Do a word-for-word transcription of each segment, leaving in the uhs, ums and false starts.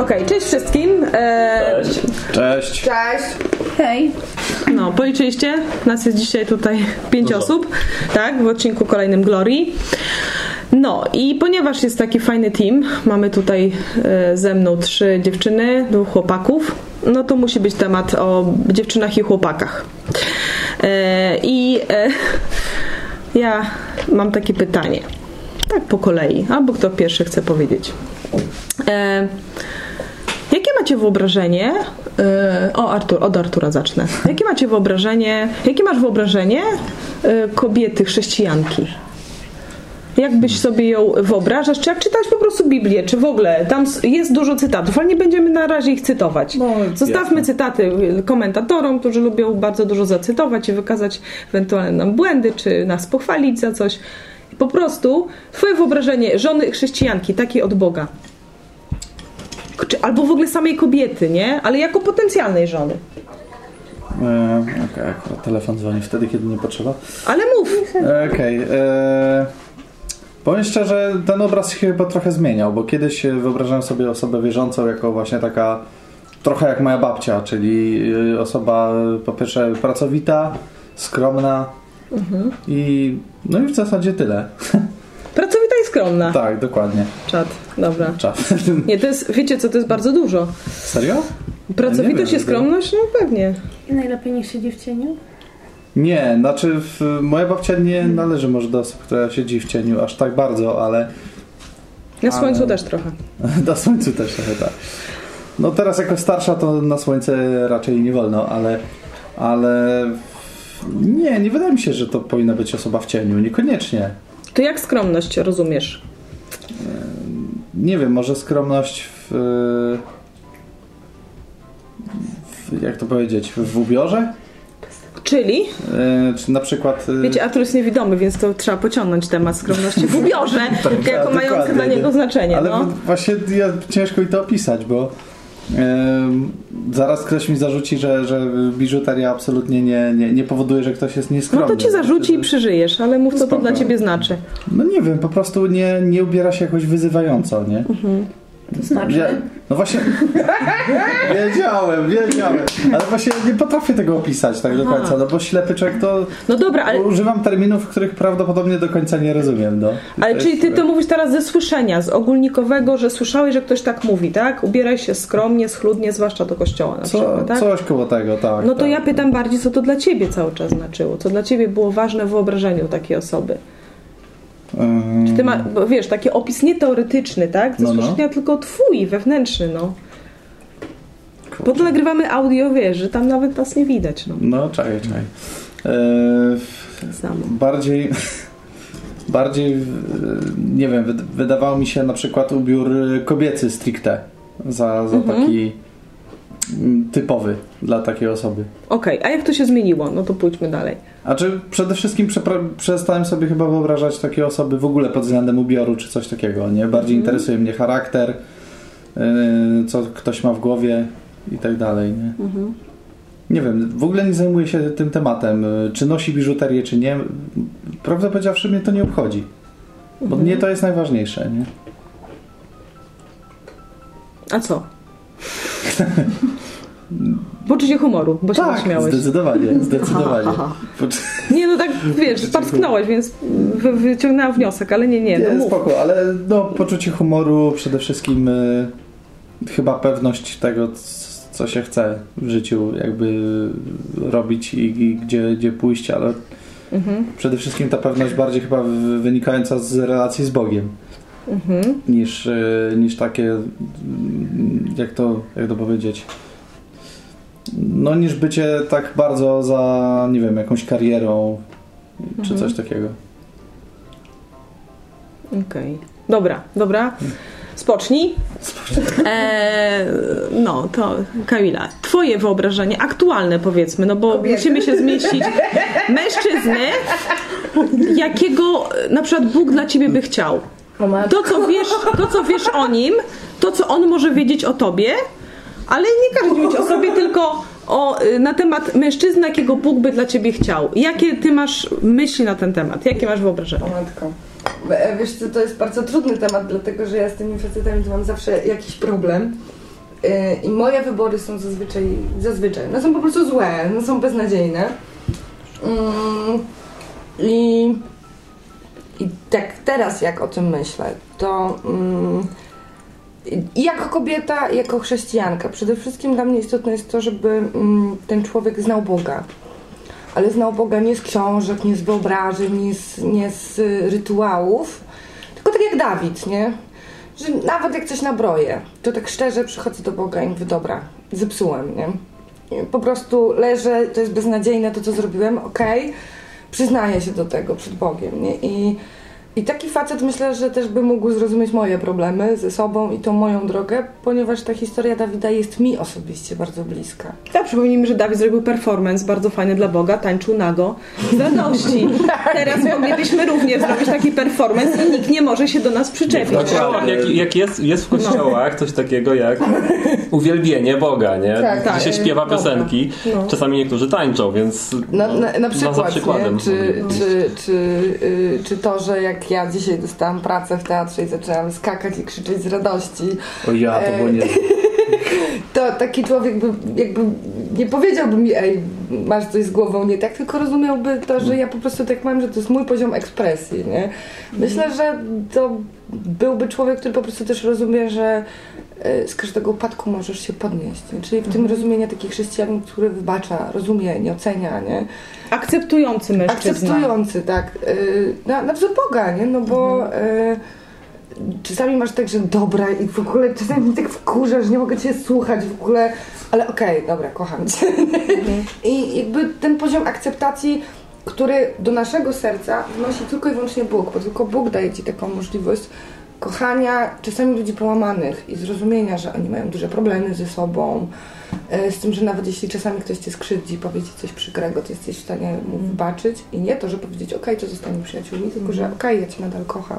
Okej, okay, cześć wszystkim. E... Cześć. Cześć. Cześć. Hej. No, policzyliście? Nas jest dzisiaj tutaj pięć Dużo. osób, tak, w odcinku kolejnym Glorii. No i ponieważ jest taki fajny team, mamy tutaj e, ze mną trzy dziewczyny, dwóch chłopaków, no to musi być temat o dziewczynach i chłopakach. E, I e, ja mam takie pytanie, tak po kolei, albo kto pierwszy chce powiedzieć. E, jakie macie wyobrażenie, e, o Artur, od Artura zacznę, jakie macie wyobrażenie, jakie masz wyobrażenie e, kobiety chrześcijanki? Jakbyś sobie ją wyobrażasz, czy jak czytałeś po prostu Biblię, czy w ogóle, tam jest dużo cytatów, ale nie będziemy na razie ich cytować. No, Zostawmy jasne. cytaty komentatorom, którzy lubią bardzo dużo zacytować i wykazać ewentualne nam błędy, czy nas pochwalić za coś. Po prostu twoje wyobrażenie żony chrześcijanki, takiej od Boga. Czy, albo w ogóle samej kobiety, nie? Ale jako potencjalnej żony. E, Okej, okay, akurat telefon dzwoni wtedy, kiedy nie potrzeba. Ale mów! Okej. Okay, e, powiem szczerze, ten obraz się chyba trochę zmieniał, bo kiedyś wyobrażałem sobie osobę wierzącą jako właśnie taka trochę jak moja babcia, czyli osoba po pierwsze pracowita, skromna mhm. i no i w zasadzie tyle. Pracowita i skromna. Tak, dokładnie. Czad, dobra. Czad. Nie, to jest, wiecie co, to jest bardzo dużo. Serio? Pracowitość i skromność? No pewnie. I najlepiej niech siedzi w cieniu? Nie, znaczy w, moja babcia nie należy może do osób, która siedzi w cieniu aż tak bardzo, ale... Na słońcu ale... też trochę. Na słońcu też trochę, tak. No teraz jako starsza to na słońce raczej nie wolno, ale... ale... Nie, nie wydaje mi się, że to powinna być osoba w cieniu, niekoniecznie. To jak skromność rozumiesz? Nie wiem, może skromność w, w jak to powiedzieć, w ubiorze? Czyli? Yy, czy na przykład... Yy... Wiecie, Artur jest niewidomy, więc to trzeba pociągnąć temat skromności w ubiorze, tak, jako mający dla niego znaczenie. Ale no. właśnie ja, ciężko mi to opisać, bo yy, zaraz ktoś mi zarzuci, że, że biżuteria absolutnie nie, nie, nie powoduje, że ktoś jest nieskromny. No to ci zarzuci i przeżyjesz, ale mów, co Spoko. to dla ciebie znaczy. No nie wiem, po prostu nie, nie ubiera się jakoś wyzywająco, nie? Mhm. To znaczy? Ja, no właśnie, wiedziałem, wiedziałem, ale właśnie nie potrafię tego opisać tak do końca, no bo ślepy człowiek to... No dobra, ale... Używam terminów, których prawdopodobnie do końca nie rozumiem, no. Ale czyli ty to mówisz teraz ze słyszenia, z ogólnikowego, że słyszałeś, że ktoś tak mówi, tak? Ubieraj się skromnie, schludnie, zwłaszcza do kościoła na co, przykład, tak? Coś koło tego, tak. No to tak. ja pytam bardziej, co to dla ciebie cały czas znaczyło, co dla ciebie było ważne w wyobrażeniu takiej osoby. Um... Czy ty ma, bo wiesz, taki opis nie teoretyczny, tak? Ze no, słyszenia, no. tylko twój, wewnętrzny, no. Kurczę. Po to nagrywamy audio, wiesz, że tam nawet nas nie widać, no. No, czekaj, czekaj. Eee, bardziej, bardziej, nie wiem, wydawał mi się na przykład ubiór kobiecy stricte za, za mhm. taki typowy dla takiej osoby. Okej, okay, a jak to się zmieniło? No to pójdźmy dalej. A czy przede wszystkim przepra- przestałem sobie chyba wyobrażać takie osoby w ogóle pod względem ubioru czy coś takiego, nie? Bardziej mm. interesuje mnie charakter, yy, co ktoś ma w głowie i tak dalej, nie? Mm-hmm. Nie wiem, w ogóle nie zajmuję się tym tematem, czy nosi biżuterię, czy nie. Prawdę powiedziawszy, mnie to nie obchodzi. Bo mm-hmm. mnie to jest najważniejsze, nie? A co? Poczucie humoru, bo się tak, śmiałeś. zdecydowanie, zdecydowanie. Aha, aha. Nie, no tak, wiesz, parsknąłeś, więc wy, wyciągnęłam wniosek, ale nie, nie. Nie, no spoko, ale no, poczucie humoru, przede wszystkim y, chyba pewność tego, co się chce w życiu jakby robić i, i gdzie, gdzie pójść, ale mhm. przede wszystkim ta pewność bardziej chyba wynikająca z relacji z Bogiem. Mhm. Niż, y, niż takie, jak to, jak to powiedzieć, no niż bycie tak bardzo za, nie wiem, jakąś karierą mhm. czy coś takiego. Okej. Okay. Dobra, dobra. Spocznij. Spocznij. E, no, to Kamila, twoje wyobrażenie, aktualne powiedzmy, no bo Kobiety. musimy się zmieścić. Mężczyzny, jakiego na przykład Bóg dla ciebie by chciał. To co wiesz, to, co wiesz o nim, to, co on może wiedzieć o tobie, ale nie każdy wiedzieć o sobie, tylko o, na temat mężczyzny, jakiego Bóg by dla ciebie chciał. Jakie ty masz myśli na ten temat? Jakie masz wyobrażenie? O matko. Wiesz co, to jest bardzo trudny temat, dlatego że ja z tymi facetami to mam zawsze jakiś problem. I moje wybory są zazwyczaj, zazwyczaj, no są po prostu złe, no są beznadziejne. I, i tak teraz jak o tym myślę, to i jako kobieta, jako chrześcijanka, przede wszystkim dla mnie istotne jest to, żeby ten człowiek znał Boga. Ale znał Boga nie z książek, nie z wyobrażeń, nie z, nie z rytuałów, tylko tak jak Dawid, nie? Że nawet jak coś nabroję, to tak szczerze przychodzę do Boga i mówię, dobra, zepsułem, nie? Po prostu leżę, to jest beznadziejne to, co zrobiłem, okej, okay, przyznaję się do tego przed Bogiem, nie? I, I taki facet myślę, że też by mógł zrozumieć moje problemy ze sobą i tą moją drogę, ponieważ ta historia Dawida jest mi osobiście bardzo bliska. Tak, przypomnijmy, że Dawid zrobił performance bardzo fajny dla Boga, tańczył nago z radości. Teraz moglibyśmy również zrobić taki performance i nikt nie może się do nas przyczepić. W kościołach, jak, jak jest, jest w kościołach coś takiego jak uwielbienie Boga, nie? Tak, tak. Gdzie się śpiewa piosenki, no. Czasami niektórzy tańczą, więc no, na, na przykład, za przykładem. Czy, czy, czy, yy, czy to, że jak ja dzisiaj dostałam pracę w teatrze i zaczęłam skakać i krzyczeć z radości. O ja, to było nie... To taki człowiek by jakby nie powiedziałby mi, ej, masz coś z głową nie tak, tylko rozumiałby to, że ja po prostu tak mam, że to jest mój poziom ekspresji, nie? Myślę, że to byłby człowiek, który po prostu też rozumie, że z każdego upadku możesz się podnieść. Nie? Czyli w tym rozumienie taki chrześcijanin, który wybacza, rozumie, nie ocenia, nie? Akceptujący mężczyzna. Akceptujący, tak. Na, na wzór Boga, nie? No bo mhm. czasami masz tak, że dobra i w ogóle czasami mnie tak wkurza, że nie mogę cię słuchać w ogóle, ale okej, okay, dobra, kocham cię. Mhm. I jakby ten poziom akceptacji, który do naszego serca wnosi tylko i wyłącznie Bóg, bo tylko Bóg daje ci taką możliwość kochania czasami ludzi połamanych i zrozumienia, że oni mają duże problemy ze sobą, z tym, że nawet jeśli czasami ktoś cię skrzywdzi, powie ci coś przykrego, to jesteś w stanie mu wybaczyć i nie to, że powiedzieć okej, okay, to zostaniemy przyjaciółmi, tylko że okej, okay, ja cię nadal kocham.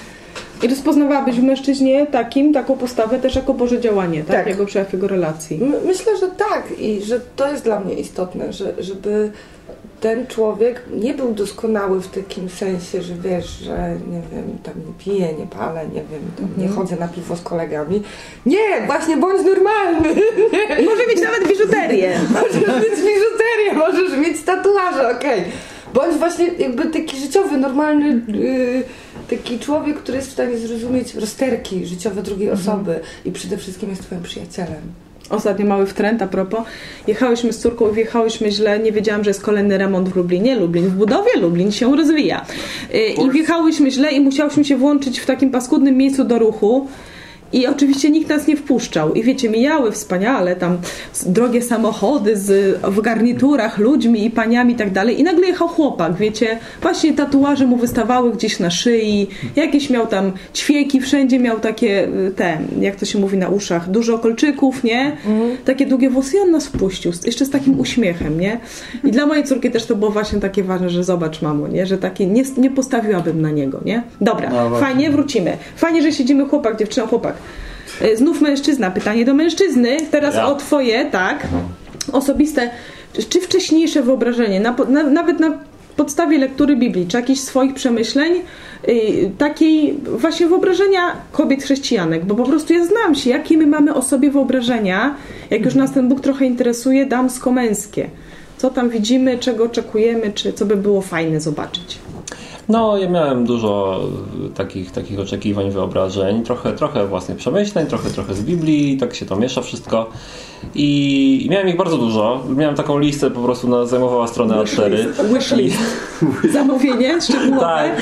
I rozpoznawałabyś w mężczyźnie takim, taką postawę też jako Boże działanie, tak? tak. Jego przejaw jego relacji. My, myślę, że tak i że to jest dla mnie istotne, że, żeby ten człowiek nie był doskonały w takim sensie, że wiesz, że nie wiem, tam nie piję, nie palę, nie wiem, tam nie chodzę na piwo z kolegami. Nie, właśnie bądź normalny. Może mieć nawet biżuterię. Możesz mieć biżuterię, możesz mieć tatuaże, okej. Okay. Bądź właśnie jakby taki życiowy, normalny, yy, taki człowiek, który jest w stanie zrozumieć rozterki życiowe drugiej osoby i przede wszystkim jest twoim przyjacielem. Ostatnio mały wtręt a propos. Jechałyśmy z córką i wjechałyśmy źle. Nie wiedziałam, że jest kolejny remont w Lublinie. Lublin w budowie, Lublin się rozwija. I wjechałyśmy źle i musiałyśmy się włączyć w takim paskudnym miejscu do ruchu. I oczywiście nikt nas nie wpuszczał. I wiecie, mijały wspaniale tam drogie samochody z, w garniturach, ludźmi i paniami i tak dalej. I nagle jechał chłopak, wiecie, właśnie tatuaże mu wystawały gdzieś na szyi, jakieś miał tam ćwieki, wszędzie miał takie te, jak to się mówi na uszach, dużo kolczyków, nie? Mm. Takie długie włosy i on nas wpuścił, jeszcze z takim uśmiechem, nie? I dla mojej córki też to było właśnie takie ważne, że zobacz, mamo, nie? Że takie nie, nie postawiłabym na niego, nie? Dobra, no, fajnie, wrócimy. Fajnie, że siedzimy chłopak, dziewczyna, chłopak. Znów mężczyzna. Pytanie do mężczyzny. Teraz ja. o twoje, tak, osobiste, czy wcześniejsze wyobrażenie, na, na, nawet na podstawie lektury Biblii, czy jakichś swoich przemyśleń, yy, takiej właśnie wyobrażenia kobiet chrześcijanek, bo po prostu ja znam się, jakie my mamy o sobie wyobrażenia, jak już nas ten Bóg trochę interesuje, damsko-męskie. Co tam widzimy, czego oczekujemy, czy co by było fajne zobaczyć. No, ja miałem dużo takich, takich oczekiwań, wyobrażeń, trochę, trochę własnych przemyśleń, trochę, trochę z Biblii, tak się to miesza wszystko. I, i miałem ich bardzo dużo. Miałem taką listę, po prostu na, zajmowała stronę A cztery. Wishlist. Zamówienie szczegółowe.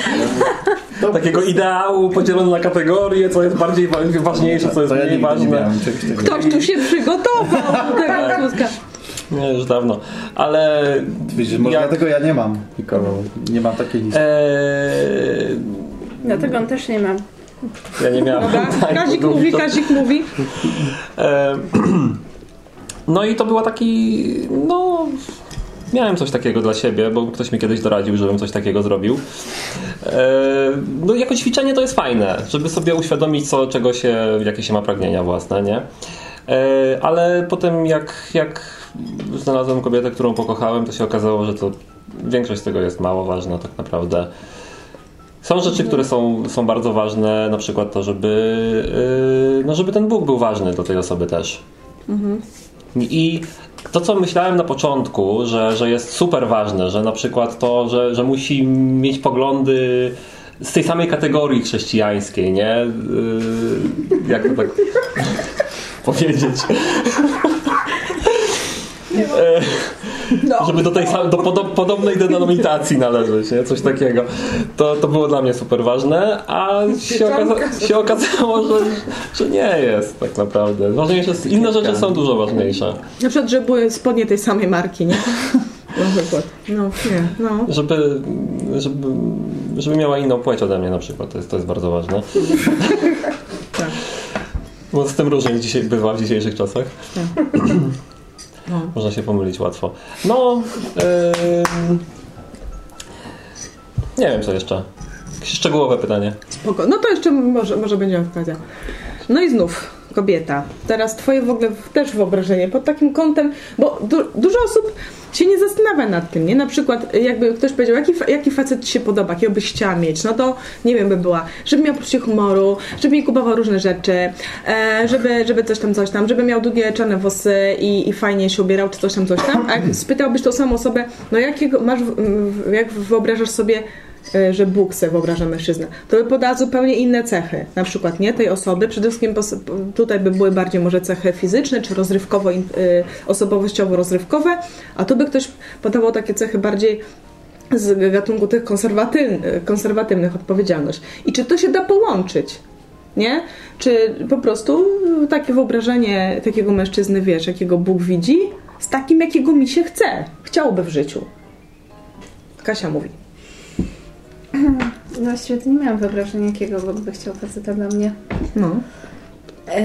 Tak. Takiego ideału podzielono na kategorie, co jest bardziej ważniejsze, co jest to mniej ja ważne. Ktoś tu się przygotował do tego Kuzka. Nie, już dawno, ale... Widzisz, może jak... dlatego ja nie mam, Mikołaj. Nie mam takiej listy. Eee... Dlatego on też nie ma. Ja nie miałem. Dobra, tak, Kazik mówi, to... Kazik mówi. Eee... No i to była taki... No... Miałem coś takiego dla siebie, bo ktoś mi kiedyś doradził, żebym coś takiego zrobił. Eee... No jako ćwiczenie to jest fajne, żeby sobie uświadomić, co, czego się, jakie się ma pragnienia własne, nie? Eee... Ale potem jak... jak znalazłem kobietę, którą pokochałem, to się okazało, że to większość z tego jest mało ważna tak naprawdę. Są rzeczy, które są, są bardzo ważne, na przykład to, żeby, yy, no żeby ten Bóg był ważny do tej osoby też. Mhm. I to, co myślałem na początku, że, że jest super ważne, że na przykład to, że, że musi mieć poglądy z tej samej kategorii chrześcijańskiej, nie? Yy, jak to tak powiedzieć? No. Żeby do tej do podobnej denominacji należeć, nie? Coś takiego. To, to było dla mnie super ważne, a się, okaza- się okazało, że, że nie jest tak naprawdę. Ważniejsze, inne rzeczy są dużo ważniejsze. Na przykład, że były spodnie tej samej marki, nie? Na przykład. No, nie, no. Żeby, żeby, żeby miała inną płeć ode mnie na przykład. To jest, to jest bardzo ważne. Tak. Bo z tym różnie dzisiaj bywa w dzisiejszych czasach. Tak. No. Można się pomylić łatwo. No, yy, nie wiem co jeszcze. Jakieś szczegółowe pytanie. Spoko. No to jeszcze może, może będzie okazja. No i znów kobieta. Teraz twoje w ogóle też wyobrażenie pod takim kątem, bo du- dużo osób się nie zastanawia nad tym, nie? Na przykład jakby ktoś powiedział, jaki, jaki facet ci się podoba, jakiego byś chciała mieć, no to nie wiem by była, żeby miał poczucie humoru, żeby mi kupował różne rzeczy, e, żeby, żeby coś tam, coś tam, żeby miał długie czarne włosy i, i fajnie się ubierał, czy coś tam, coś tam, a jak spytałbyś tą samą osobę, no jakiego masz, jak wyobrażasz sobie, że Bóg sobie wyobraża mężczyznę, to by podała zupełnie inne cechy, na przykład nie tej osoby, przede wszystkim tutaj by były bardziej może cechy fizyczne, czy rozrywkowo, osobowościowo rozrywkowe, a tu by ktoś podawał takie cechy bardziej z gatunku tych konserwatywnych, konserwatywnych, odpowiedzialność. I czy to się da połączyć? Nie? Czy po prostu takie wyobrażenie takiego mężczyzny, wiesz, jakiego Bóg widzi, z takim, jakiego mi się chce, chciałby w życiu. Kasia mówi. Właściwie to nie miałam wyobrażenia, jakiego Bóg by chciał faceta dla mnie. No. Yy,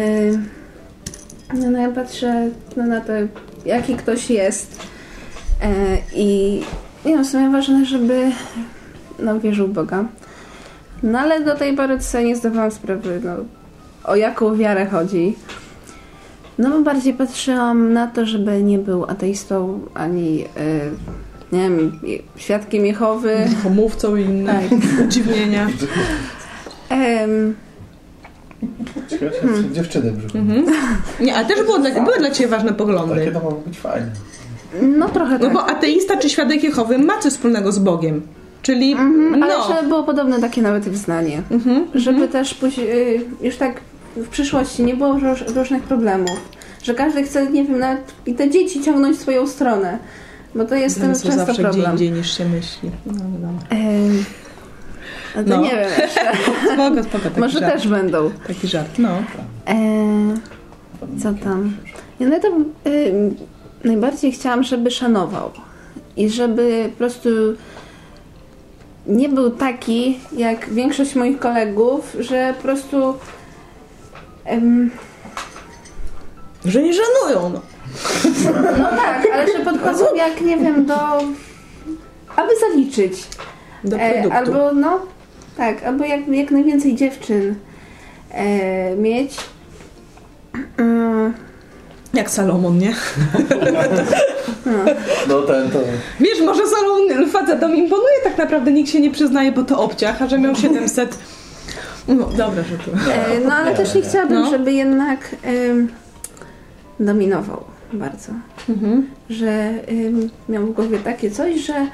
no, no ja patrzę no, na to, jaki ktoś jest yy, i nie wiem, w sumie ważne, żeby no, wierzył w Boga. No ale do tej pory sobie nie zdawałam sprawy, no, o jaką wiarę chodzi. No bo bardziej patrzyłam na to, żeby nie był ateistą, ani yy, nie wiem, świadkiem Jehowy. Homówcą i inne tak. Udziwnienia. Um, Ciekawe, hmm. dziewczyny brzuchu. Mhm. Nie, ale też było dla, były dla Ciebie ważne poglądy. Takie to mogło być fajne. No trochę tak. No bo ateista czy świadek Jehowy ma coś wspólnego z Bogiem. Czyli, mhm, no. Ale żeby było podobne takie nawet wyznanie. Mhm, żeby mhm. też później, już tak w przyszłości nie było róż, różnych problemów. Że każdy chce, nie wiem, nawet i te dzieci ciągnąć w swoją stronę. Bo to jest ten często zawsze problem. gdzie indziej niż się myśli. No, no. Ehm, no to no. nie wiem jeszcze. Spoko, spoko. Taki Może żart. też będą. Taki żart, no. Ehm, co tam? Ja no to y, najbardziej chciałam, żeby szanował. I żeby po prostu nie był taki, jak większość moich kolegów, że po prostu um, że nie żanują, no. No tak, ale że podchodzą jak, nie wiem, do aby zaliczyć. Do produktu. E, albo no, tak, albo jak, jak najwięcej dziewczyn e, mieć. Mm. Jak Salomon, nie? No, no ten to... Wiesz, może Salomon facetom imponuje, tak naprawdę nikt się nie przyznaje, bo to obciach, a że miał siedemset... No, dobra, że to... E, no, ale też nie chciałabym, no. żeby jednak e, dominował bardzo. Mhm. Że e, miał w głowie takie coś, że e,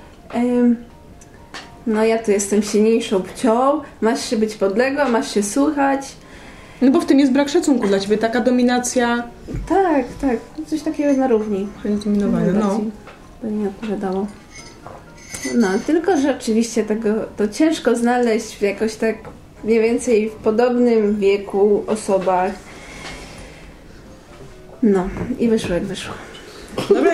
no ja tu jestem silniejszą płcią, masz się być podległa, masz się słuchać. No bo w tym jest brak szacunku dla ciebie, taka dominacja. Tak, tak, coś takiego na równi. Dominowanie, no. To nie odpowiadało. No, tylko że oczywiście tego to ciężko znaleźć w jakoś tak mniej więcej w podobnym wieku osobach. No, i wyszło jak wyszło. Dobra.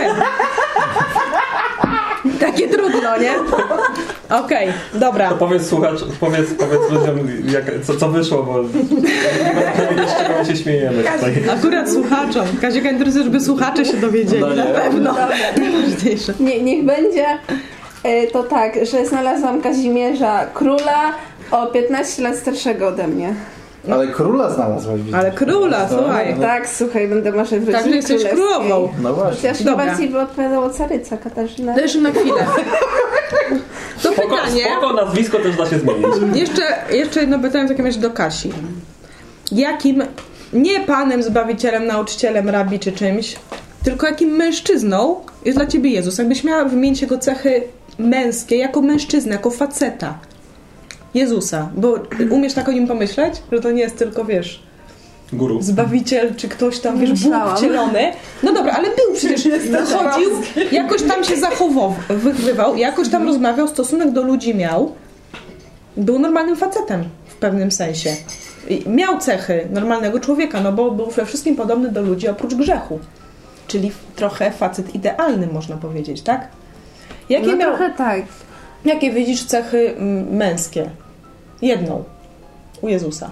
Takie trudno, nie? Okej, okay, dobra. To powiedz słuchacz, powiedz, powiedz ludziom, jak, co, co wyszło, bo nie wiem, z czego my się śmiejemy tutaj. Akurat słuchaczom. Kazieka interesuje, żeby słuchacze się dowiedzieli, no na pewno. Najważniejsze. Nie, niech będzie to tak, że znalazłam Kazimierza Króla o piętnaście lat starszego ode mnie. Ale króla znalazłaś. Widzisz. Ale króla, no, słuchaj. no. Tak, słuchaj, będę może wrócić. Także jesteś królową. No właśnie. Chociaż Dobra. bardziej by odpowiadała caryca Katarzyna. To jeszcze na chwilę. To Spoko, pytanie. spoko, nazwisko też da się zmienić. Jeszcze, jeszcze jedno pytanie w takim razie do Kasi. Jakim, nie panem, zbawicielem, nauczycielem, rabi czy czymś, tylko jakim mężczyzną jest dla ciebie Jezus? Jakbyś miała wymienić jego cechy męskie, jako mężczyznę, jako faceta. Jezusa. Bo umiesz tak o nim pomyśleć? Że to nie jest tylko, wiesz, Guru. zbawiciel, czy ktoś tam, wiesz, Bóg Myślałam. wcielony. No dobra, ale był przecież, chodził, jakoś tam się zachowywał, wychwywał, jakoś tam rozmawiał, stosunek do ludzi miał. Był normalnym facetem w pewnym sensie. I miał cechy normalnego człowieka, no bo był we wszystkim podobny do ludzi oprócz grzechu. Czyli trochę facet idealny, można powiedzieć, tak? Jakie No miał, trochę tak. jakie widzisz cechy mm, męskie? Jedną. U Jezusa.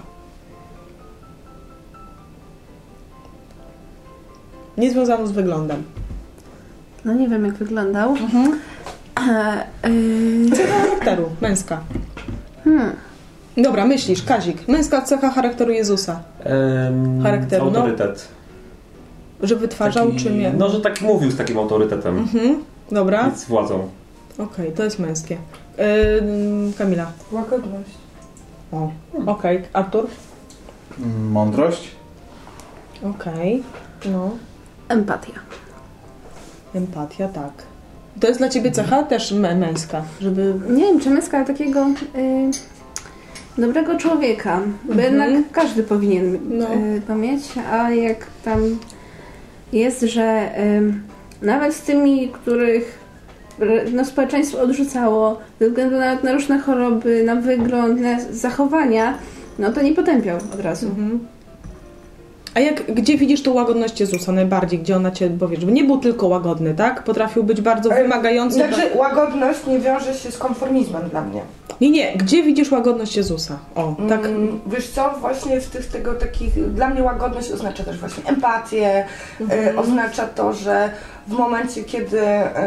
Nie związaną z wyglądem. No nie wiem, jak wyglądał. Mhm. E, y, Cecha charakteru, męska. hmm. Dobra, myślisz, Kazik. Męska cecha charakteru Jezusa. Ehm, Charakteru, no. autorytet. Że wytwarzał, Taki, czy nie? No, że tak mówił z takim autorytetem Mhm. Dobra. i z władzą. Okej, to jest męskie. Yy, Kamila. Łagodność. O, okej. Artur? Mądrość? Okej. No. Empatia. Empatia, tak. To jest dla ciebie cecha też mę- męska, żeby... Nie wiem, czy męska, ale takiego y, dobrego człowieka. Bo Mhm. jednak każdy powinien No. y, to mieć, a jak tam jest, że y, nawet z tymi, których y, no, społeczeństwo odrzucało ze względu nawet na różne choroby, na wygląd, na zachowania, no to nie potępiał od razu. Mhm. A jak, gdzie widzisz tą łagodność Jezusa najbardziej? Gdzie ona cię, bo wiesz, bo nie był tylko łagodny, tak? Potrafił być bardzo Ale- wymagający. Znaczy, łagodność nie wiąże się z konformizmem dla mnie. Nie, nie. Gdzie widzisz łagodność Jezusa? O, tak. Mm, wiesz co, właśnie w tych tego takich, dla mnie łagodność oznacza też właśnie empatię, Mhm. y, oznacza to, że w momencie, kiedy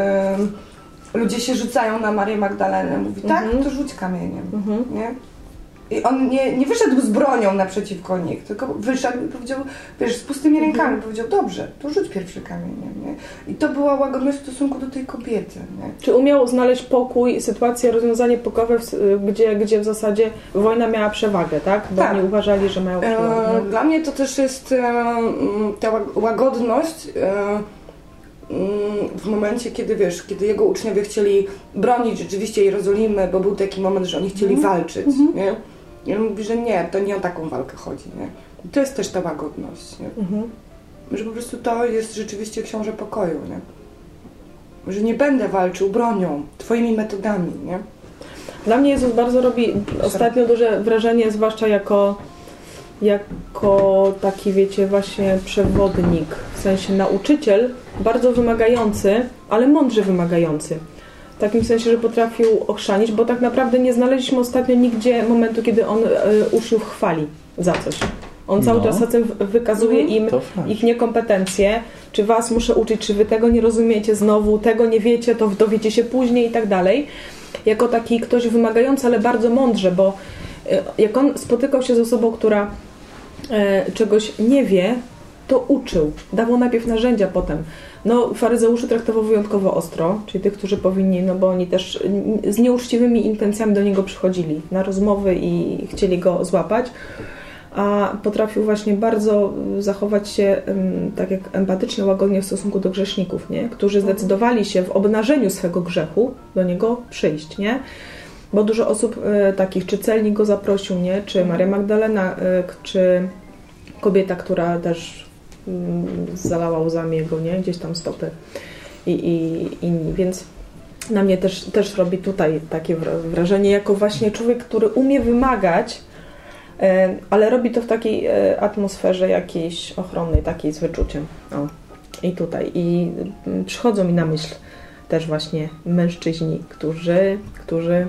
y, ludzie się rzucają na Marię Magdalenę, mówi tak, Mhm. to rzuć kamieniem, Mhm. nie? I on nie, nie wyszedł z bronią naprzeciwko nich, tylko wyszedł i powiedział, wiesz, z pustymi rękami, powiedział, dobrze, to rzuć pierwszy kamieniem, nie? I to była łagodność w stosunku do tej kobiety, nie? Czy umiał znaleźć pokój, sytuację, rozwiązanie pokojowe, w- gdzie, gdzie w zasadzie wojna miała przewagę, tak? Bo Tak. oni uważali, że mają przewagę. E, Dla mnie to też jest e, mm, ta ła- łagodność e, mm, w momencie, kiedy wiesz, kiedy jego uczniowie chcieli bronić rzeczywiście Jerozolimy, bo był taki moment, że oni chcieli walczyć, nie? I on mówi, że nie, to nie o taką walkę chodzi, nie? I to jest też ta łagodność, nie? Mhm. Że po prostu to jest rzeczywiście książę pokoju, nie? Że nie będę walczył bronią, twoimi metodami, nie? Dla mnie Jezus bardzo robi ostatnio duże wrażenie, zwłaszcza jako, jako taki, wiecie, właśnie przewodnik, w sensie nauczyciel, bardzo wymagający, ale mądrze wymagający. W takim sensie, że potrafił ochrzanić, bo tak naprawdę nie znaleźliśmy ostatnio nigdzie momentu, kiedy on y, uczniów chwali za coś. On cały No. czas czasem wykazuje im To fakt. ich niekompetencje, czy was muszę uczyć, czy wy tego nie rozumiecie znowu, tego nie wiecie, to dowiecie się później i tak dalej. Jako taki ktoś wymagający, ale bardzo mądrze, bo y, jak on spotykał się z osobą, która y, czegoś nie wie, to uczył. Dawał najpierw narzędzia potem. No, faryzeuszy traktował wyjątkowo ostro, czyli tych, którzy powinni, no bo oni też z nieuczciwymi intencjami do niego przychodzili na rozmowy i chcieli go złapać, a potrafił właśnie bardzo zachować się um, tak jak empatycznie, łagodnie w stosunku do grzeszników, nie? Którzy zdecydowali się w obnażeniu swego grzechu do niego przyjść, nie? Bo dużo osób e, takich, czy celnik go zaprosił, nie? Czy Maria Magdalena, e, czy kobieta, która też mm, zalała łzami jego, nie? Gdzieś tam stopy i, i inni, więc na mnie też, też robi tutaj takie wrażenie, jako właśnie człowiek, który umie wymagać, ale robi to w takiej atmosferze jakiejś ochronnej, takiej z wyczuciem. O. I tutaj. I przychodzą mi na myśl też właśnie mężczyźni, którzy, którzy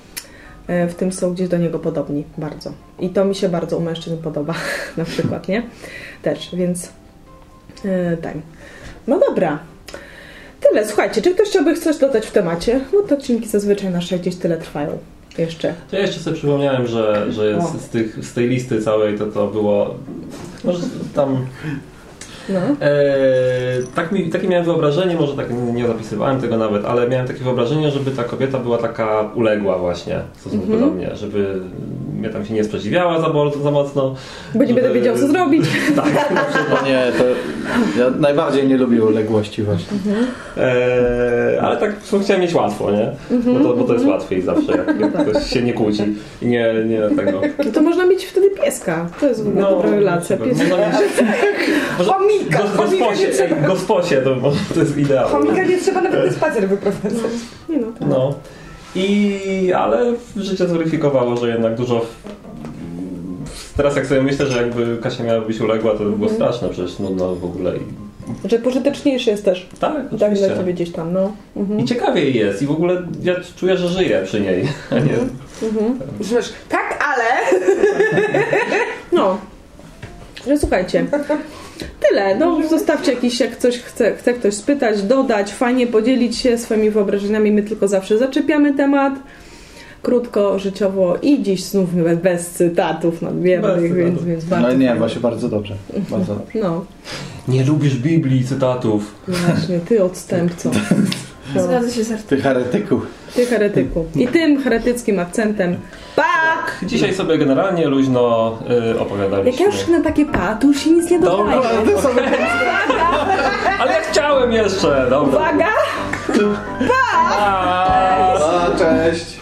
w tym są gdzieś do niego podobni bardzo. I to mi się bardzo u mężczyzn podoba na przykład, nie? Też, więc yy, tak. No dobra. Tyle. Słuchajcie, czy ktoś chciałby coś dodać w temacie? Bo te odcinki zazwyczaj nasze gdzieś tyle trwają. jeszcze? To ja jeszcze sobie przypomniałem, że, że jest z, tych, z tej listy całej to to było... Może tam... No. E, tak mi, takie miałem wyobrażenie, może tak nie zapisywałem tego nawet, ale miałem takie wyobrażenie, żeby ta kobieta była taka uległa właśnie w stosunku Mhm. do mnie, żeby mnie tam się nie sprzeciwiała za, bardzo, za mocno. Bo nie żeby... będę wiedział, co zrobić. Tak, na przykład. Nie, to ja najbardziej nie lubię uległości właśnie. Mhm. E, ale tak chciałem mieć łatwo, nie? Mhm. Bo, to, bo to jest łatwiej zawsze, jak, jak ktoś się nie kłóci i nie, nie tego. No to można mieć wtedy pieska. To jest w ogóle dobra relacja. na Pies... przykład. Można mieć... Chomika! Go, gosposie, ej, gosposie to, to jest ideał. Chomika nie trzeba nawet na spacer wyprowadzać. Nie no, tak. No. I, ale życie zweryfikowało, że jednak dużo... Teraz jak sobie myślę, że jakby Kasia miała być uległa, to by było straszne, przecież nudno w ogóle. I... Że pożyteczniejszy jest też. Tak, Tak oczywiście. dla ciebie gdzieś tam, no. Mhm. I ciekawiej jest i w ogóle ja czuję, że żyję przy niej, a nie... Mhm. Wiesz, tak, ale... No. Że słuchajcie. Tyle. No, zostawcie jakiś, jak coś chce, chce ktoś spytać, dodać, fajnie podzielić się swoimi wyobrażeniami. My tylko zawsze zaczepiamy temat. Krótko, życiowo i dziś znów bez cytatów nadmiernych, Bez więc, cytatów. więc bardzo No nie, fajnie. właśnie bardzo dobrze. Bardzo dobrze. No, Nie lubisz Biblii, cytatów. właśnie, ty odstępco. No. Zgadza się z Ty heretyku. Ty heretyku. I tym heretyckim akcentem pa! Dzisiaj sobie generalnie luźno y, opowiadaliśmy. Jak ja już na takie pa, to już się nic nie Dobra, dodaje. okay. Ale ja chciałem jeszcze, dobra. Uwaga! Pa! A, cześć!